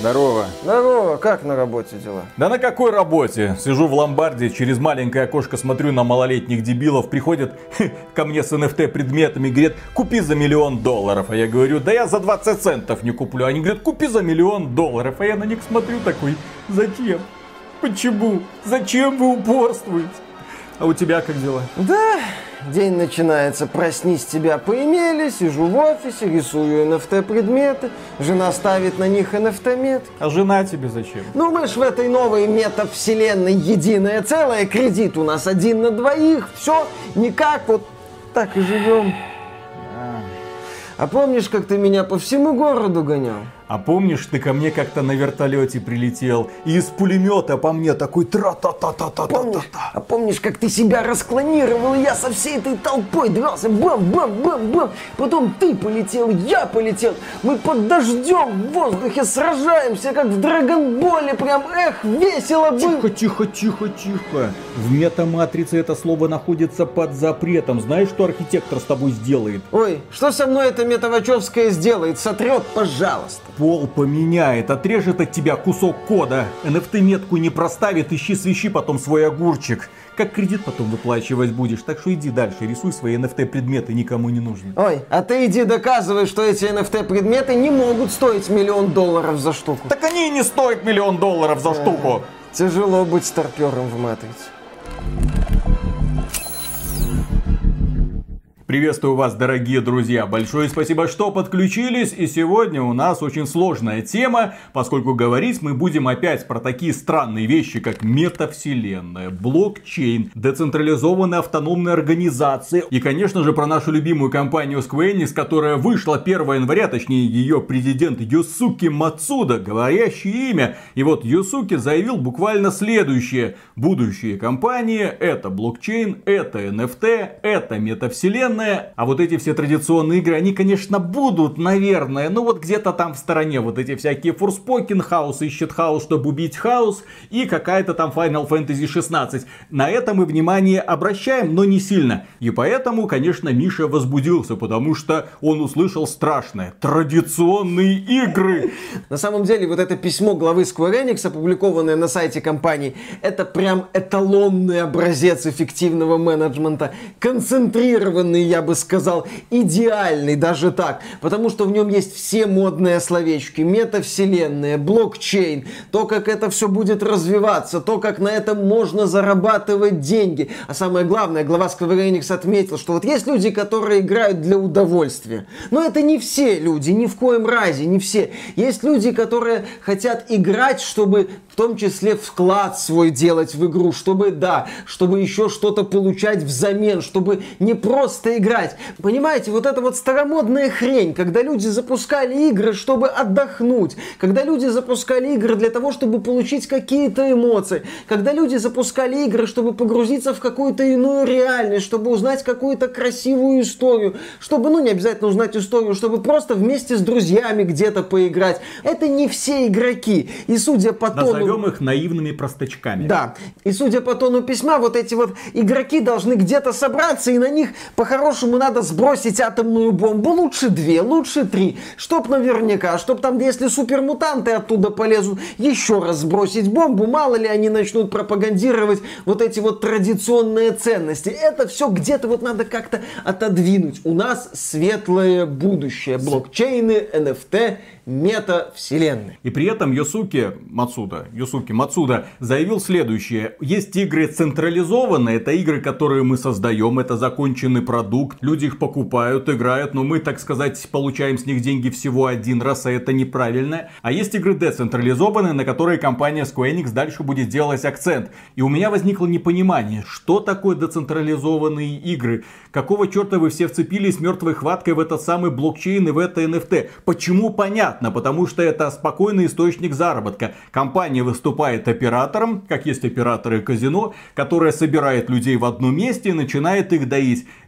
Здорово. Здорово, как на работе дела? Да на какой работе? Сижу в ломбарде, через маленькое окошко смотрю на малолетних дебилов. Приходят ко мне с NFT предметами, говорят, купи за $1 миллион. А я говорю, да я за 20 центов не куплю. Они говорят, купи за $1 миллион. А я на них смотрю такой, зачем? Почему? Зачем вы упорствуете? А у тебя как дела? Да, день начинается, проснись, тебя поимели, сижу в офисе, рисую NFT предметы, жена ставит на них NFT метки. А жена тебе зачем? Ну мы ж в этой новой метавселенной единое целое, кредит у нас 1 на 2, все, никак, вот так и живем. А помнишь, как ты меня по всему городу гонял? А помнишь, ты ко мне как-то на вертолете прилетел, и из пулемета по мне такой тра-та-та-та-та-та-та-та. А помнишь, как ты себя расклонировал, я со всей этой толпой дрался, бам-бам-бам-бам. Потом ты полетел, я полетел. Мы под дождем в воздухе сражаемся, как в Драгонболе. Прям, весело было. Тихо. В метаматрице это слово находится под запретом. Знаешь, что архитектор с тобой сделает? Ой, что со мной эта метавачевская сделает? Сотрет, пожалуйста. Пол поменяет, отрежет от тебя кусок кода. NFT-метку не проставит, ищи свищи потом свой огурчик. Как кредит потом выплачивать будешь. Так что иди дальше, рисуй свои NFT-предметы, никому не нужны. Ой, а ты иди доказывай, что эти NFT-предметы не могут стоить $1 миллион за штуку. Так они и не стоят $1 миллион за штуку. Тяжело быть старпером в матрице. Приветствую вас, дорогие друзья. Большое спасибо, что подключились. И сегодня у нас очень сложная тема, поскольку говорить мы будем опять про такие странные вещи, как метавселенная, блокчейн, децентрализованные автономные организации. И, конечно же, про нашу любимую компанию Square Enix, которая вышла 1 января, точнее ее президент Йосуки Мацуда, говорящее имя. И вот Йосуки заявил буквально следующее. Будущие компании — это блокчейн, это NFT, это метавселенная. А вот эти все традиционные игры, они, конечно, будут, наверное, ну вот где-то там в стороне. Вот эти всякие Forspoken, хаос ищет хаос, чтобы убить хаос, и какая-то там Final Fantasy 16. На это мы внимание обращаем, но не сильно. И поэтому, конечно, Миша возбудился, потому что он услышал страшное. Традиционные игры. На самом деле, вот это письмо главы Square Enix, опубликованное на сайте компании, это прям эталонный образец эффективного менеджмента. Концентрированный, я бы сказал, идеальный даже так. Потому что в нем есть все модные словечки. Метавселенная, блокчейн, то, как это все будет развиваться, то, как на этом можно зарабатывать деньги. А самое главное, глава Square Enix отметил, что вот есть люди, которые играют для удовольствия. Но это не все люди, ни в коем разе, не все. Есть люди, которые хотят играть, чтобы в том числе вклад свой делать в игру, чтобы еще что-то получать взамен, чтобы не просто играть. Понимаете, вот это вот старомодная хрень, когда люди запускали игры, чтобы отдохнуть, когда люди запускали игры для того, чтобы получить какие-то эмоции, когда люди запускали игры, чтобы погрузиться в какую-то иную реальность, чтобы узнать какую-то красивую историю, чтобы, не обязательно узнать историю, чтобы просто вместе с друзьями где-то поиграть. Это не все игроки. И судя по тону... Назовем их наивными простачками. Да. И судя по тону письма, вот эти вот игроки должны где-то собраться, и на них по-хорошему надо сбросить атомную бомбу. Лучше 2, лучше 3. Чтоб наверняка, чтоб там, если супермутанты оттуда полезут, еще раз сбросить бомбу. Мало ли они начнут пропагандировать вот эти вот традиционные ценности. Это все где-то вот надо как-то отодвинуть. У нас светлое будущее. Блокчейны, NFT, метавселенной. И при этом Йосуки Мацуда заявил следующее. Есть игры централизованные, это игры, которые мы создаем, это законченный продукт, люди их покупают, играют, но мы, так сказать, получаем с них деньги всего один раз, а это неправильно. А есть игры децентрализованные, на которые компания Square Enix дальше будет делать акцент. И у меня возникло непонимание, что такое децентрализованные игры? Какого черта вы все вцепились мертвой хваткой в этот самый блокчейн и в это NFT? Почему? Понятно, потому что это спокойный источник заработка. Компания выступает оператором, как есть операторы казино, которая собирает людей в одном месте и начинает их доить.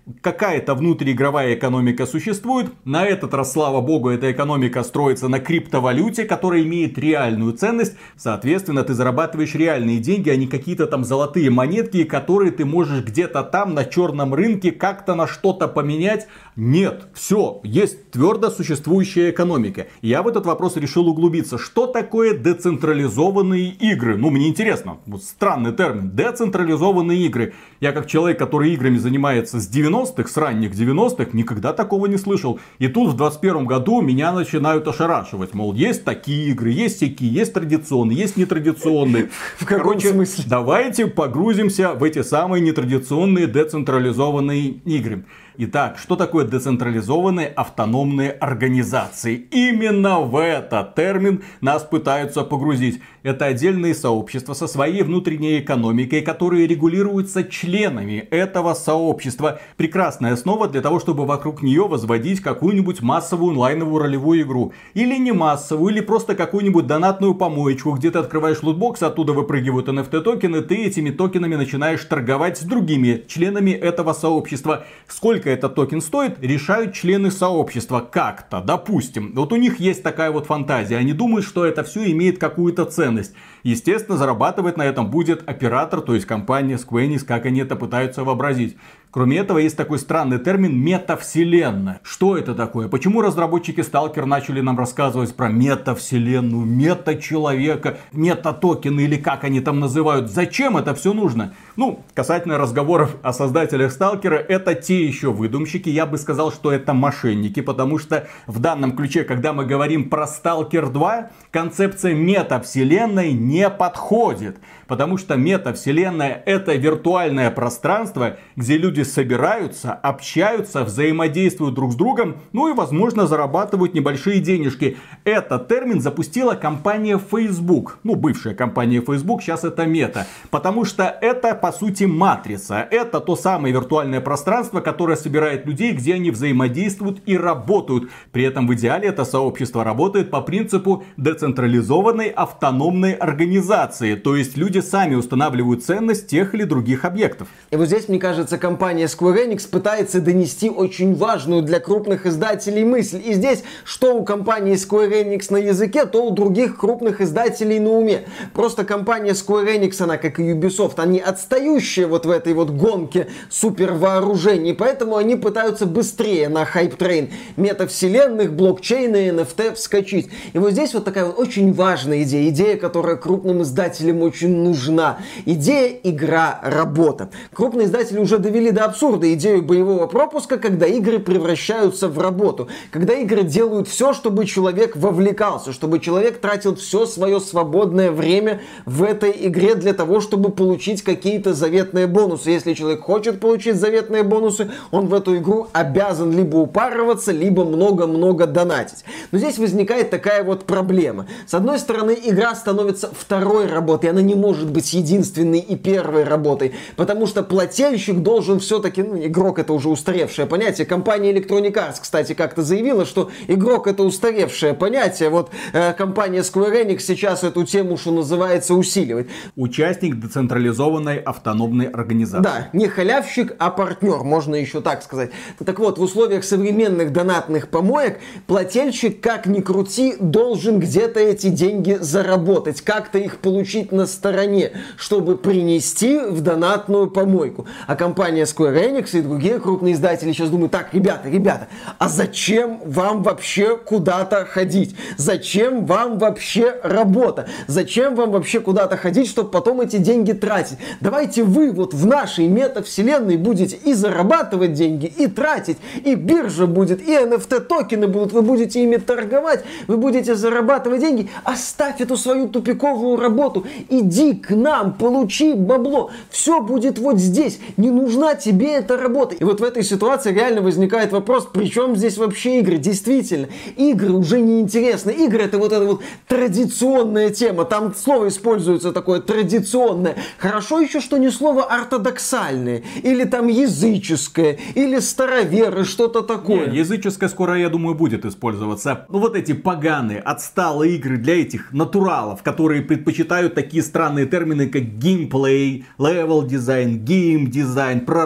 какая-то внутриигровая экономика существует. На этот раз, слава богу, эта экономика строится на криптовалюте, которая имеет реальную ценность. Соответственно, ты зарабатываешь реальные деньги, а не какие-то там золотые монетки, которые ты можешь где-то там на черном рынке как-то на что-то поменять. Нет, все, есть твердо существующая экономика. Я в этот вопрос решил углубиться. Что такое децентрализованные игры? Ну, мне интересно, вот странный термин. Децентрализованные игры. Я как человек, который играми занимается с 90-х, с ранних 90-х, никогда такого не слышал. И тут в 21 году меня начинают ошарашивать. Мол, есть такие игры, есть сякие, есть традиционные, есть нетрадиционные. В каком смысле? Давайте погрузимся в эти самые нетрадиционные децентрализованные игры. Итак, что такое децентрализованные автономные организации? Именно в этот термин нас пытаются погрузить. Это отдельные сообщества со своей внутренней экономикой, которые регулируются членами этого сообщества. Прекрасная основа для того, чтобы вокруг нее возводить какую-нибудь массовую онлайновую ролевую игру. Или не массовую, или просто какую-нибудь донатную помоечку, где ты открываешь лутбокс, оттуда выпрыгивают NFT токены, ты этими токенами начинаешь торговать с другими членами этого сообщества. Сколько этот токен стоит, решают члены сообщества как-то, допустим. Вот у них есть такая вот фантазия, они думают, что это все имеет какую-то ценность. Естественно, зарабатывать на этом будет оператор, то есть компания Square Enix, как они это пытаются вообразить. Кроме этого, есть такой странный термин метавселенная. Что это такое? Почему разработчики Stalker начали нам рассказывать про метавселенную, мета-человека, мета-токены или как они там называют? Зачем это все нужно? Ну, касательно разговоров о создателях Stalker, это те еще выдумщики. Я бы сказал, что это мошенники, потому что в данном ключе, когда мы говорим про Stalker 2, концепция метавселенной не подходит. Потому что метавселенная — это виртуальное пространство, где люди собираются, общаются, взаимодействуют друг с другом, ну и, возможно, зарабатывают небольшие денежки. Этот термин запустила компания Facebook. Ну, бывшая компания Facebook, сейчас это Мета. Потому что это, по сути, матрица. Это то самое виртуальное пространство, которое собирает людей, где они взаимодействуют и работают. При этом в идеале это сообщество работает по принципу децентрализованной автономной организации. То есть люди сами устанавливают ценность тех или других объектов. И вот здесь, мне кажется, компания Square Enix пытается донести очень важную для крупных издателей мысль. И здесь, что у компании Square Enix на языке, то у других крупных издателей на уме. Просто компания Square Enix, она, как и Ubisoft, они отстающие вот в этой вот гонке супервооружений. Поэтому они пытаются быстрее на хайп-трейн метавселенных, блокчейна и NFT вскочить. И вот здесь вот такая вот очень важная идея. Идея, которая крупным издателям очень нужна. Идея игра-работа. Крупные издатели уже довели до абсурда идею боевого пропуска, когда игры превращаются в работу. Когда игры делают все, чтобы человек вовлекался, чтобы человек тратил все свое свободное время в этой игре для того, чтобы получить какие-то заветные бонусы. Если человек хочет получить заветные бонусы, он в эту игру обязан либо упарываться, либо много-много донатить. Но здесь возникает такая вот проблема. С одной стороны, игра становится второй работой, она не может быть единственной и первой работой, потому что плательщик должен все-таки, ну, игрок — это уже устаревшее понятие. Компания Electronic Arts, кстати, как-то заявила, что игрок — это устаревшее понятие. Вот компания Square Enix сейчас эту тему, что называется, усиливает. Участник децентрализованной автономной организации. Да, не халявщик, а партнер, можно еще так сказать. Так вот, в условиях современных донатных помоек плательщик, как ни крути, должен где-то эти деньги заработать, как-то их получить на стороне, чтобы принести в донатную помойку. А компания Square Enix и другие крупные издатели сейчас думают: так, ребята, а зачем вам вообще куда-то ходить? Зачем вам вообще работа? Зачем вам вообще куда-то ходить, чтобы потом эти деньги тратить? Давайте вы вот в нашей метавселенной будете и зарабатывать деньги, и тратить, и биржа будет, и NFT токены будут, вы будете ими торговать, вы будете зарабатывать деньги. Оставь эту свою тупиковую работу, иди к нам, получи бабло. Все будет вот здесь. Не нужна тебе эта работа. И вот в этой ситуации реально возникает вопрос: при чем здесь вообще игры? Действительно, игры уже не интересны. Игры — это вот эта вот традиционная тема. Там слово используется такое традиционное. Хорошо еще, что не слово ортодоксальное, или там языческое, или староверы, что-то такое. Не, языческое скоро, я думаю, будет использоваться. Ну вот эти поганые, отсталые игры для этих натуралов, которые предпочитают такие странные термины, как геймплей, левел дизайн, гейм дизайн, проработка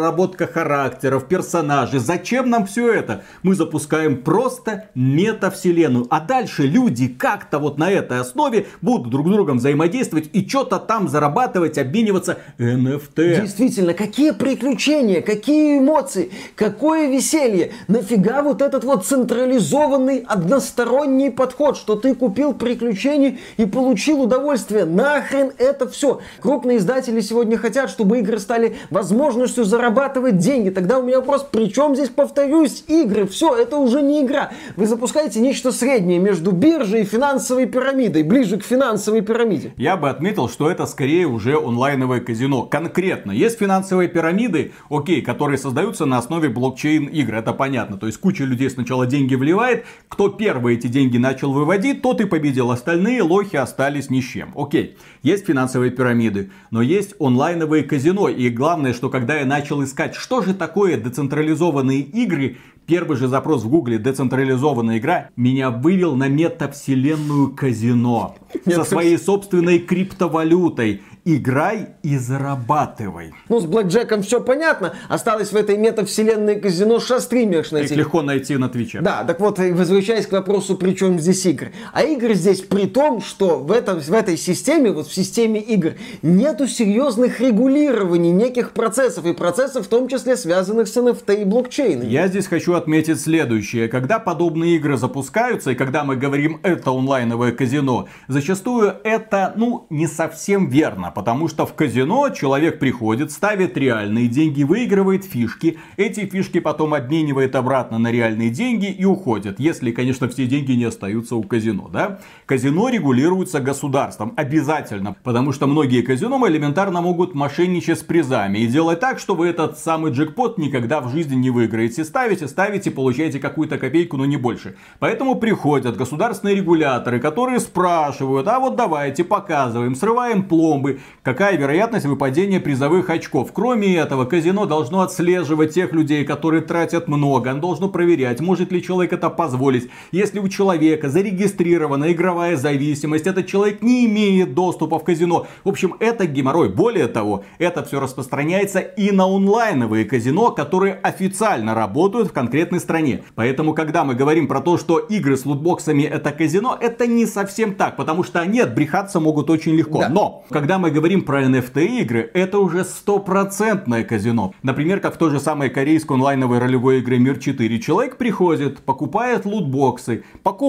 проработка характеров, персонажей. Зачем нам все это? Мы запускаем просто метавселенную. А дальше люди как-то вот на этой основе будут друг с другом взаимодействовать и что-то там зарабатывать, обмениваться NFT. Действительно, какие приключения, какие эмоции, какое веселье. Нафига вот этот вот централизованный односторонний подход, что ты купил приключения и получил удовольствие. Нахрен это все. Крупные издатели сегодня хотят, чтобы игры стали возможностью зарабатывать деньги. Тогда у меня вопрос, при чем здесь, повторюсь, игры? Все, это уже не игра. Вы запускаете нечто среднее между биржей и финансовой пирамидой, ближе к финансовой пирамиде. Я бы отметил, что это скорее уже онлайновое казино. Конкретно, есть финансовые пирамиды, окей, которые создаются на основе блокчейн игр, это понятно. То есть куча людей сначала деньги вливает, кто первый эти деньги начал выводить, тот и победил. Остальные лохи остались ни с чем. Окей, есть финансовые пирамиды, но есть онлайновые казино. И главное, что когда я начал искать, что же такое децентрализованные игры, первый же запрос в гугле «децентрализованная игра» меня вывел на метавселенную казино. Со своей собственной криптовалютой. Играй и зарабатывай. Ну, с блэкджеком все понятно. Осталось в этой метавселенной казино шастримерш найти. Их легко найти на Твиче. Да, так вот, возвращаясь к вопросу, при чем здесь игры. А игры здесь при том, что в этой системе, вот в системе игр, нету серьезных регулирований неких процессов. И процессов, в том числе, связанных с NFT и блокчейном. Я здесь хочу отметить следующее. Когда подобные игры запускаются, и когда мы говорим «это онлайновое казино», зачастую это, не совсем верно. Потому что в казино человек приходит, ставит реальные деньги, выигрывает фишки. Эти фишки потом обменивает обратно на реальные деньги и уходит. Если, конечно, все деньги не остаются у казино, да? Казино регулируется государством. Обязательно. Потому что многие казино элементарно могут мошенничать с призами. И делать так, что вы этот самый джекпот никогда в жизни не выиграете. Ставите, получаете какую-то копейку, но не больше. Поэтому приходят государственные регуляторы, которые спрашивают: а вот давайте показываем, срываем пломбы. Какая вероятность выпадения призовых очков? Кроме этого, казино должно отслеживать тех людей, которые тратят много. Оно должно проверять, может ли человек это позволить. Если у человека зарегистрирована игровая зависимость, этот человек не имеет доступа в казино. В общем, это геморрой. Более того, это все распространяется и на онлайновые казино, которые официально работают в конкретной стране. Поэтому, когда мы говорим про то, что игры с лутбоксами это казино, это не совсем так. Потому что они отбрехаться могут очень легко. Да. Но, когда мы говорим про NFT игры, это уже стопроцентное казино. Например, как в той же самой корейской онлайновой ролевой игре Мир 4. Человек приходит, покупает лутбоксы,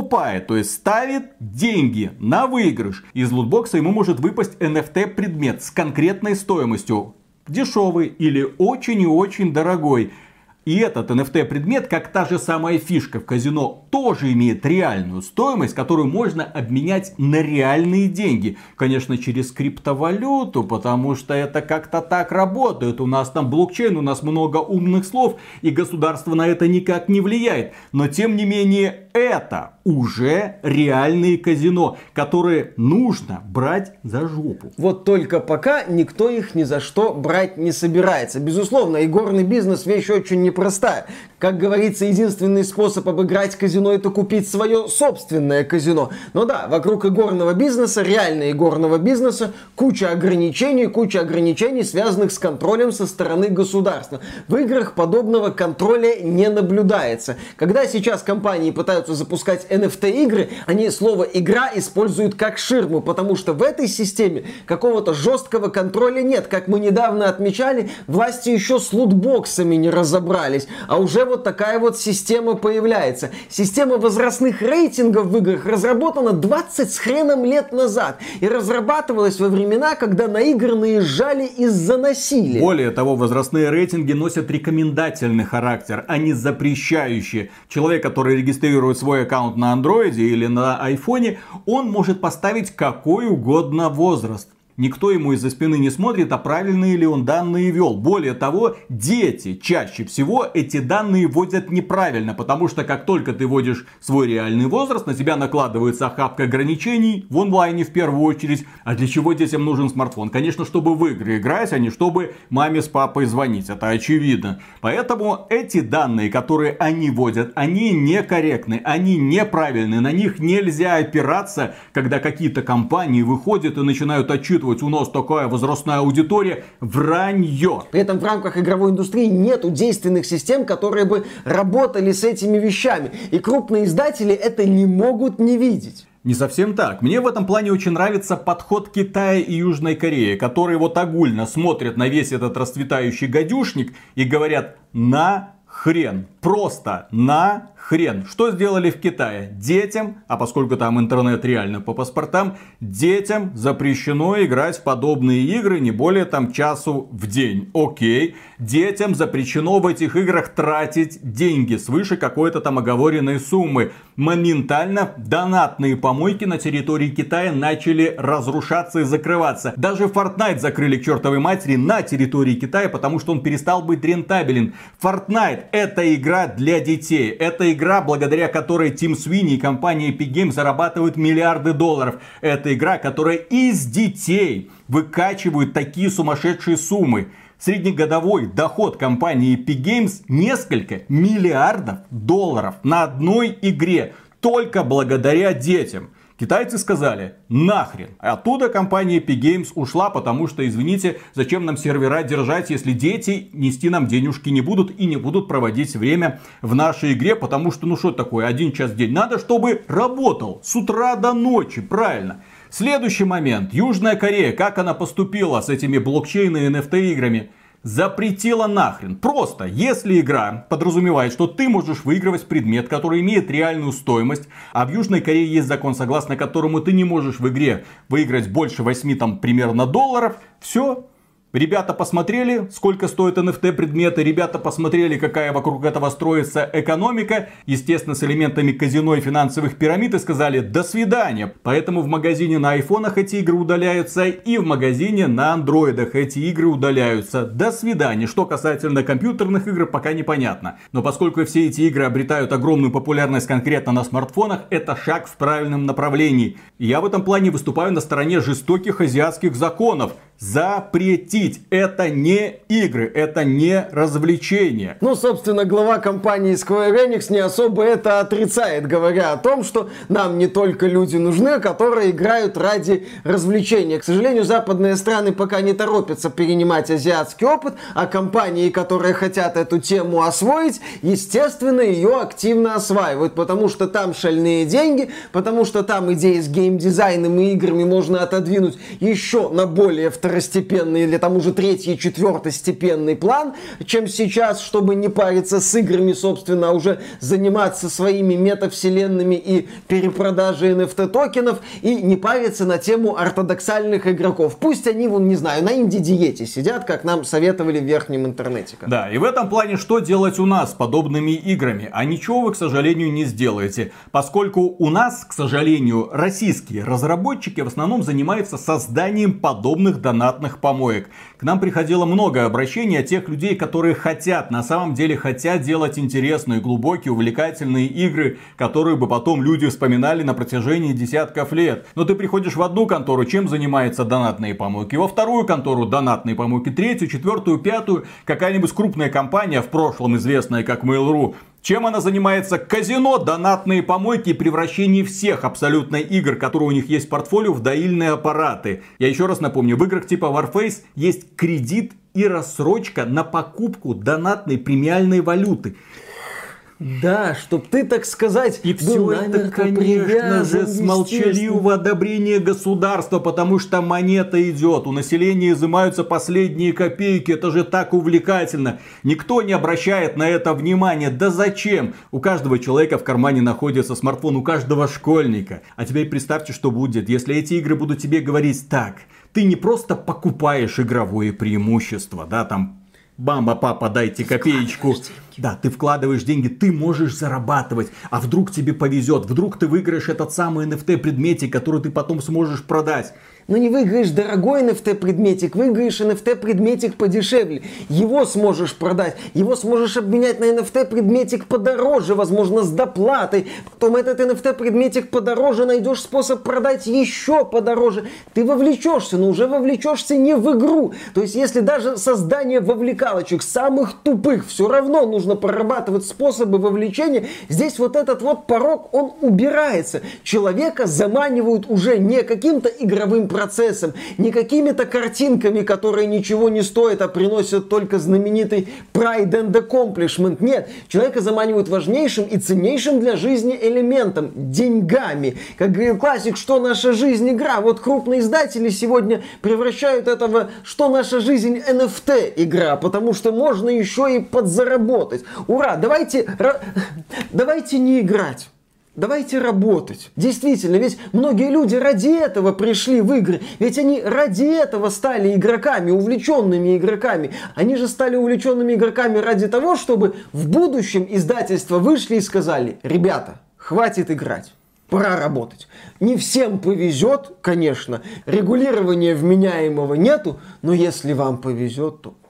то есть ставит деньги на выигрыш. Из лутбокса ему может выпасть NFT предмет с конкретной стоимостью. Дешевый или очень и очень дорогой. И этот NFT предмет, как та же самая фишка в казино, тоже имеет реальную стоимость, которую можно обменять на реальные деньги. Конечно, через криптовалюту, потому что это как-то так работает. У нас там блокчейн, у нас много умных слов, и государство на это никак не влияет. Но тем не менее, это уже реальные казино, которые нужно брать за жопу. Вот только пока никто их ни за что брать не собирается. Безусловно, игорный бизнес вещь очень непростая. Как говорится, единственный способ обыграть казино — это купить свое собственное казино. Но да, вокруг игорного бизнеса, реально игорного бизнеса, куча ограничений, связанных с контролем со стороны государства. В играх подобного контроля не наблюдается. Когда сейчас компании пытаются запускать NFT-игры, они слово «игра» используют как ширму, потому что в этой системе какого-то жесткого контроля нет. Как мы недавно отмечали, власти еще с лутбоксами не разобрались, а уже вот такая вот система появляется. Система возрастных рейтингов в играх разработана 20 с хреном лет назад и разрабатывалась во времена, когда на игры наезжали из-за насилия. Более того, возрастные рейтинги носят рекомендательный характер, а не запрещающий. Человек, который регистрирует свой аккаунт на андроиде или на айфоне, он может поставить какой угодно возраст. Никто ему из-за спины не смотрит, а правильные ли он данные ввел. Более того, дети чаще всего эти данные вводят неправильно, потому что как только ты вводишь свой реальный возраст, на тебя накладывается охапка ограничений, в онлайне в первую очередь. А для чего детям нужен смартфон? Конечно, чтобы в игры играть, а не чтобы маме с папой звонить. Это очевидно. Поэтому эти данные, которые они вводят, они некорректны, они неправильны. На них нельзя опираться, когда какие-то компании выходят и начинают отчитывать: рассказывать, у нас такая возрастная аудитория, вранье. При этом в рамках игровой индустрии нету действенных систем, которые бы работали с этими вещами. И крупные издатели это не могут не видеть. Не совсем так. Мне в этом плане очень нравится подход Китая и Южной Кореи, которые вот огульно смотрят на весь этот расцветающий гадюшник и говорят: на хрен. Просто на хрен. Что сделали в Китае? Детям, а поскольку там интернет реально по паспортам, детям запрещено играть в подобные игры не более там часу в день. Окей. Детям запрещено в этих играх тратить деньги свыше какой-то там оговоренной суммы. Моментально донатные помойки на территории Китая начали разрушаться и закрываться. Даже Fortnite закрыли к чертовой матери на территории Китая, потому что он перестал быть рентабелен. Fortnite — это игра для детей. Это игра, благодаря которой Тим Свини и компания Epic Games зарабатывают миллиарды долларов. Это игра, которая из детей выкачивает такие сумасшедшие суммы. Среднегодовой доход компании Epic Games несколько миллиардов долларов на одной игре. Только благодаря детям. Китайцы сказали: нахрен. Оттуда компания Epic Games ушла, потому что, извините, зачем нам сервера держать, если дети нести нам денежки не будут и не будут проводить время в нашей игре, потому что, ну что такое, 1 час в день. Надо, чтобы работал с утра до ночи, правильно. Следующий момент. Южная Корея, как она поступила с этими блокчейн и NFT играми? Запретила нахрен. Просто, если игра подразумевает, что ты можешь выигрывать предмет, который имеет реальную стоимость, а в Южной Корее есть закон, согласно которому ты не можешь в игре выиграть больше 8 там примерно долларов, все. Ребята посмотрели, сколько стоят NFT предметы, ребята посмотрели, какая вокруг этого строится экономика, естественно, с элементами казино и финансовых пирамид, и сказали: до свидания. Поэтому в магазине на айфонах эти игры удаляются, и в магазине на андроидах эти игры удаляются. До свидания. Что касательно компьютерных игр, пока непонятно. Но поскольку все эти игры обретают огромную популярность конкретно на смартфонах, это шаг в правильном направлении. И я в этом плане выступаю на стороне жестоких азиатских законов. Запретить. Это не игры, это не развлечения. Ну, собственно, глава компании Square Enix не особо это отрицает, говоря о том, что нам не только люди нужны, которые играют ради развлечения. К сожалению, западные страны пока не торопятся перенимать азиатский опыт, а компании, которые хотят эту тему освоить, естественно, ее активно осваивают, потому что там шальные деньги, потому что там идеи с геймдизайном и играми можно отодвинуть еще на более второстепенный или там уже третий, четвертостепенный план, чем сейчас, чтобы не париться с играми, собственно, а уже заниматься своими метавселенными и перепродажей NFT токенов и не париться на тему ортодоксальных игроков. Пусть они, вон, не знаю, на инди-диете сидят, как нам советовали в верхнем интернете. Да, и в этом плане что делать у нас с подобными играми? А ничего вы, к сожалению, не сделаете, поскольку у нас, к сожалению, российские разработчики в основном занимаются созданием подобных донатных помоек. К нам приходило много обращений от тех людей, которые хотят, на самом деле хотят делать интересные, глубокие, увлекательные игры, которые бы потом люди вспоминали на протяжении десятков лет. Но ты приходишь в одну контору, чем занимаются донатные помойки, во вторую контору донатные помойки, третью, четвертую, пятую, какая-нибудь крупная компания, в прошлом известная как Mail.ru, чем она занимается? Казино, донатные помойки и превращение всех абсолютно игр, которые у них есть в портфолио, в доильные аппараты. Я еще раз напомню, в играх типа Warface есть кредит и рассрочка на покупку донатной премиальной валюты. Да, чтоб ты, так сказать, и все это, конечно же, с молчаливого одобрения государства, потому что монета идет, у населения изымаются последние копейки, это же так увлекательно. Никто не обращает на это внимания. Да зачем? У каждого человека в кармане находится смартфон, у каждого школьника. А теперь представьте, что будет, если эти игры будут тебе говорить: так, ты не просто покупаешь игровое преимущество, да, там, мама, папа, дайте копеечку. Да, ты вкладываешь деньги, ты можешь зарабатывать. А вдруг тебе повезет, вдруг ты выиграешь этот самый NFT предметик, который ты потом сможешь продать. Но не выиграешь дорогой NFT предметик, выиграешь NFT предметик подешевле. Его сможешь продать, его сможешь обменять на NFT предметик подороже, возможно, с доплатой. Потом этот NFT предметик подороже найдешь способ продать еще подороже. Ты вовлечешься, но уже вовлечешься не в игру. То есть, если даже создание вовлекалочек самых тупых все равно нужно нужно прорабатывать способы вовлечения. Здесь вот этот вот порог, он убирается. Человека заманивают уже не каким-то игровым процессом, не какими-то картинками, которые ничего не стоят, а приносят только знаменитый pride and accomplishment. Нет, человека заманивают важнейшим и ценнейшим для жизни элементом – деньгами. Как говорил классик, что наша жизнь игра. Вот крупные издатели сегодня превращают этого, что наша жизнь NFT игра, потому что можно еще и подзаработать. Ура, давайте не играть. Давайте работать. Действительно, ведь многие люди ради этого пришли в игры. Ведь они ради этого стали игроками, увлеченными игроками. Они же стали увлеченными игроками ради того, чтобы в будущем издательства вышли и сказали: ребята, хватит играть. Пора работать. Не всем повезет, конечно. Регулирования вменяемого нету. Но если вам повезет, то...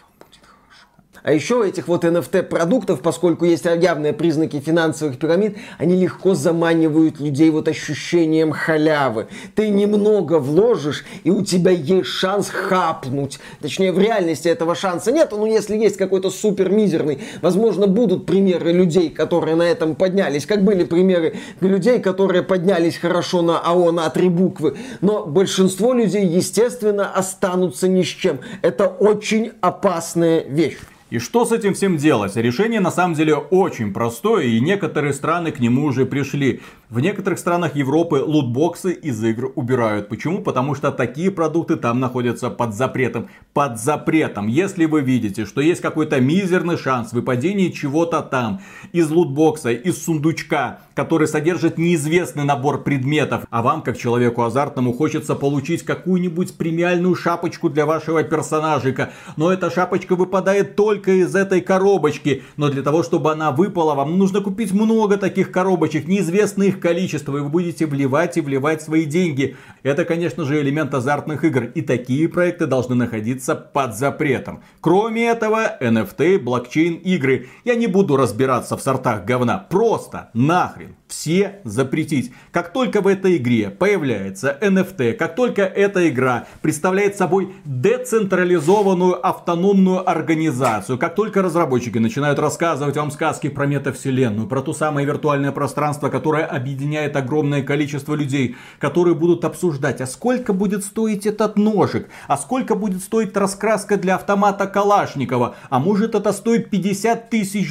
А еще этих вот NFT-продуктов, поскольку есть явные признаки финансовых пирамид, они легко заманивают людей вот ощущением халявы. Ты немного вложишь, и у тебя есть шанс хапнуть. Точнее, в реальности этого шанса нет, но если есть какой-то супер мизерный, возможно, будут примеры людей, которые на этом поднялись, как были примеры людей, которые поднялись хорошо на АО на 3 буквы. Но большинство людей, естественно, останутся ни с чем. Это очень опасная вещь. И что с этим всем делать? Решение на самом деле очень простое, и некоторые страны к нему уже пришли. В некоторых странах Европы лутбоксы из игр убирают. Почему? Потому что такие продукты там находятся под запретом. Под запретом. Если вы видите, что есть какой-то мизерный шанс выпадения чего-то там из лутбокса, из сундучка, который содержит неизвестный набор предметов, а вам, как человеку азартному, хочется получить какую-нибудь премиальную шапочку для вашего персонажика, но эта шапочка выпадает только из этой коробочки, но для того, чтобы она выпала, вам нужно купить много таких коробочек, неизвестное их количество, и вы будете вливать и вливать свои деньги. Это, конечно же, элемент азартных игр, и такие проекты должны находиться под запретом. Кроме этого, NFT, блокчейн, игры. Я не буду разбираться в сортах говна, просто нахрен все запретить. Как только в этой игре появляется NFT, как только эта игра представляет собой децентрализованную автономную организацию, как только разработчики начинают рассказывать вам сказки про метавселенную, про то самое виртуальное пространство, которое объединяет огромное количество людей, которые будут обсуждать, а сколько будет стоить этот ножик, а сколько будет стоить раскраска для автомата Калашникова, а может это стоит $50 тысяч.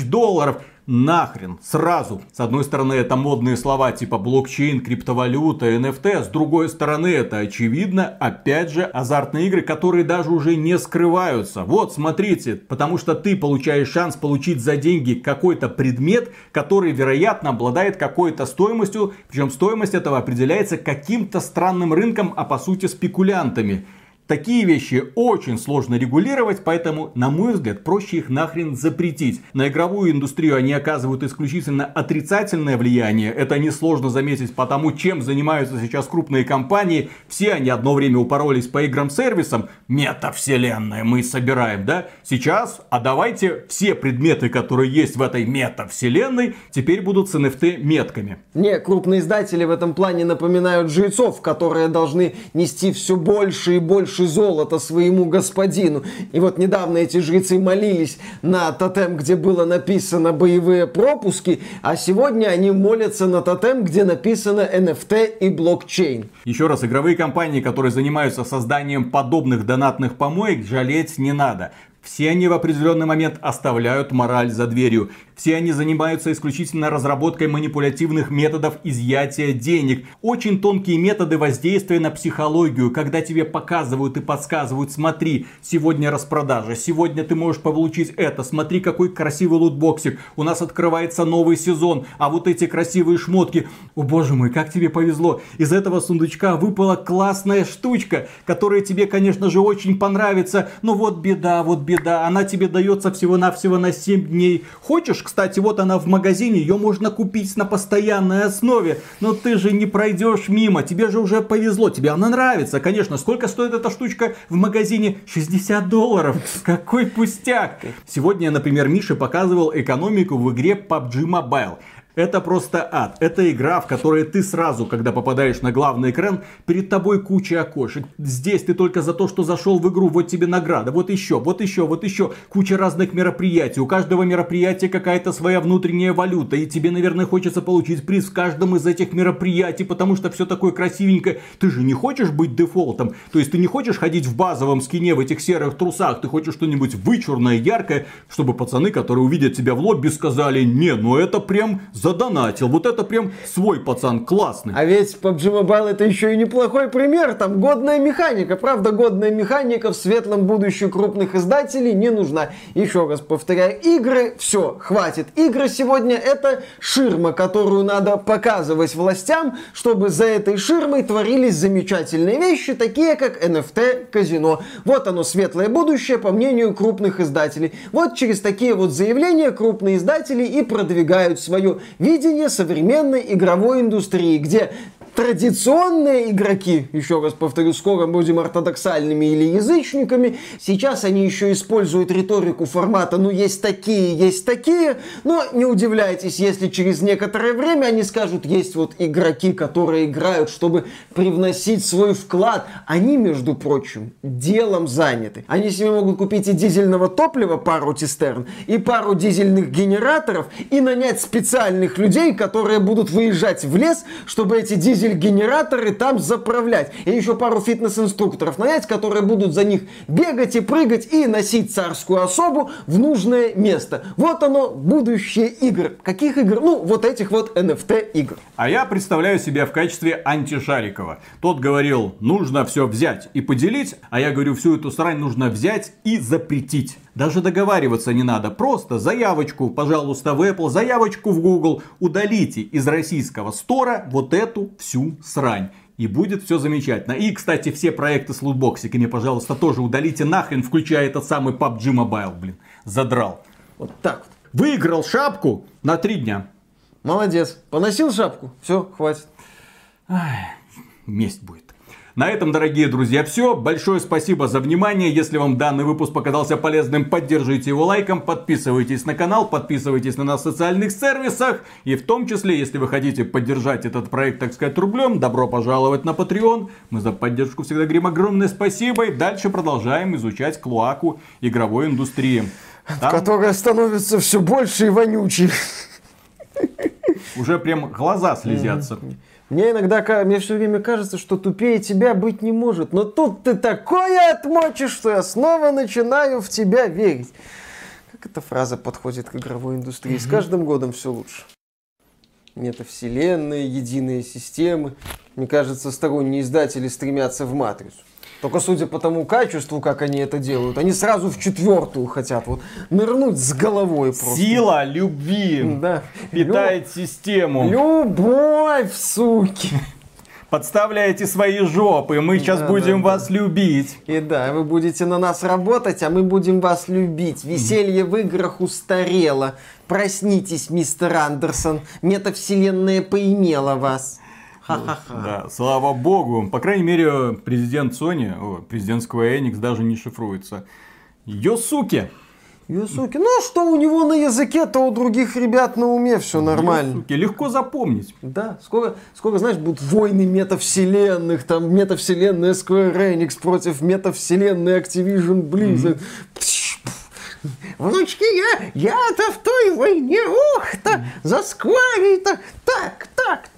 Нахрен, сразу. С одной стороны, это модные слова типа блокчейн, криптовалюта, NFT. С другой стороны, это очевидно, опять же, азартные игры, которые даже уже не скрываются. Вот, смотрите, потому что ты получаешь шанс получить за деньги какой-то предмет, который, вероятно, обладает какой-то стоимостью. Причем стоимость этого определяется каким-то странным рынком, а по сути спекулянтами. Такие вещи очень сложно регулировать, поэтому, на мой взгляд, проще их нахрен запретить. На игровую индустрию они оказывают исключительно отрицательное влияние. Это несложно заметить по тому, чем занимаются сейчас крупные компании. Все они одно время упоролись по играм-сервисам. Метавселенная мы собираем, да? Сейчас, а давайте все предметы, которые есть в этой метавселенной, теперь будут с NFT-метками. Не, крупные издатели в этом плане напоминают жрецов, которые должны нести все больше и больше золота своему господину. И вот недавно эти жрецы молились на тотем, где было написано боевые пропуски, а сегодня они молятся на тотем, где написано NFT и блокчейн. Еще раз, игровые компании, которые занимаются созданием подобных донатных помоек, жалеть не надо. Все они в определенный момент оставляют мораль за дверью. Все они занимаются исключительно разработкой манипулятивных методов изъятия денег. Очень тонкие методы воздействия на психологию, когда тебе показывают и подсказывают: смотри, сегодня распродажа, сегодня ты можешь получить это, смотри, какой красивый лутбоксик, у нас открывается новый сезон, а вот эти красивые шмотки, о боже мой, как тебе повезло, из этого сундучка выпала классная штучка, которая тебе, конечно же, очень понравится, но вот беда, она тебе дается всего-навсего на 7 дней. Хочешь, кстати, вот она в магазине, ее можно купить на постоянной основе, но ты же не пройдешь мимо, тебе же уже повезло, тебе она нравится, конечно. Сколько стоит эта штучка в магазине? $60. Какой пустяк. Сегодня, например, Миша показывал экономику в игре PUBG Mobile. Это просто ад. Это игра, в которой ты сразу, когда попадаешь на главный экран, перед тобой куча окошек. Здесь ты только за то, что зашел в игру, вот тебе награда. Вот еще. Куча разных мероприятий. У каждого мероприятия какая-то своя внутренняя валюта. И тебе, наверное, хочется получить приз в каждом из этих мероприятий, потому что все такое красивенькое. Ты же не хочешь быть дефолтом. То есть ты не хочешь ходить в базовом скине, в этих серых трусах. Ты хочешь что-нибудь вычурное, яркое, чтобы пацаны, которые увидят тебя в лобби, сказали: не, ну это прям задонатил. Вот это прям свой пацан, классный. А ведь PUBG Mobile это еще и неплохой пример. Там годная механика. Правда, годная механика в светлом будущем крупных издателей не нужна. Еще раз повторяю, игры, все, хватит. Игры сегодня это ширма, которую надо показывать властям, чтобы за этой ширмой творились замечательные вещи, такие как NFT-казино. Вот оно, светлое будущее, по мнению крупных издателей. Вот через такие вот заявления крупные издатели и продвигают свое видение современной игровой индустрии, где традиционные игроки, еще раз повторю, скоро будем ортодоксальными или язычниками, сейчас они еще используют риторику формата «ну есть такие», но не удивляйтесь, если через некоторое время они скажут: есть вот игроки, которые играют, чтобы привносить свой вклад. Они, между прочим, делом заняты. Они себе могут купить и дизельного топлива пару цистерн, и пару дизельных генераторов, и нанять специальных людей, которые будут выезжать в лес, чтобы эти дизель-генераторы там заправлять. И еще пару фитнес-инструкторов нанять, которые будут за них бегать и прыгать и носить царскую особу в нужное место. Вот оно, будущее игр. Каких игр? Ну, вот этих вот NFT-игр. А я представляю себя в качестве антишарикова. Тот говорил: нужно все взять и поделить, а я говорю: всю эту срань нужно взять и запретить. Даже договариваться не надо. Просто заявочку, пожалуйста, в Apple, заявочку в Google. Удалите из российского стора вот эту всю срань. И будет все замечательно. И, кстати, все проекты с лутбоксиками, пожалуйста, тоже удалите нахрен, включая этот самый PUBG Mobile, блин. Задрал. Вот так вот. Выиграл шапку на 3 дня. Молодец. Поносил шапку. Все, хватит. Ай, месть будет. На этом, дорогие друзья, все. Большое спасибо за внимание. Если вам данный выпуск показался полезным, поддержите его лайком, подписывайтесь на канал, подписывайтесь на нас в социальных сервисах. И в том числе, если вы хотите поддержать этот проект, так сказать, рублем, добро пожаловать на Patreon. Мы за поддержку всегда говорим огромное спасибо. И дальше продолжаем изучать клоаку игровой индустрии. Которая становится все больше и вонючей. Уже прям глаза слезятся. Мне все время кажется, что тупее тебя быть не может. Но тут ты такое отмочишь, что я снова начинаю в тебя верить. Как эта фраза подходит к игровой индустрии? С каждым годом все лучше. Метавселенные, единые системы. Мне кажется, сторонние издатели стремятся в матрицу. Только судя по тому качеству, как они это делают, они сразу в 4-ю хотят вот нырнуть с головой просто. Сила любви питает систему. Любовь, суки. Подставляете свои жопы, мы сейчас будем вас любить. И да, вы будете на нас работать, а мы будем вас любить. Веселье в играх устарело. Проснитесь, мистер Андерсон. Метавселенная поимела вас. Ха-ха-ха. Да, слава богу. По крайней мере, президент Sony, президент Square Enix даже не шифруется. Йосуки. Йосуки. Ну, что у него на языке, то у других ребят на уме все нормально. Йосуки. Легко запомнить. Да, скоро, знаешь, будут войны метавселенных, там метавселенная Square Enix против метавселенной Activision Blizzard. Внучки, я-то в той войне, ух-то, за Square-то, так,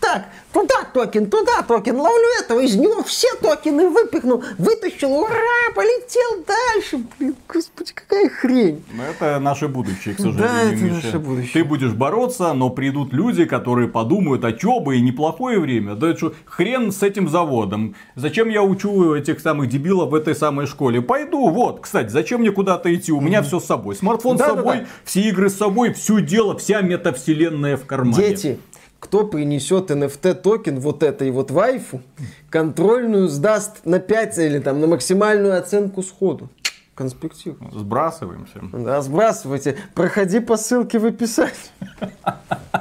туда токен, ловлю этого, из него все токены выпихнул, вытащил, ура, полетел дальше, блин, господи, какая хрень. Но это наше будущее, к сожалению, да, это Миша. наше будущее. Ты будешь бороться, но придут люди, которые подумают: а чё бы и неплохое время, да что, хрен с этим заводом, зачем я учу этих самых дебилов в этой самой школе, пойду, вот, кстати, зачем мне куда-то идти, у меня все с собой, смартфон с собой, все игры с собой, все дело, вся метавселенная в кармане. Дети, кто принесет NFT токен вот этой вот вайфу, контрольную сдаст на 5 или там на максимальную оценку сходу. Конспектив. Сбрасываемся. Да, сбрасывайте. Проходи по ссылке в описании.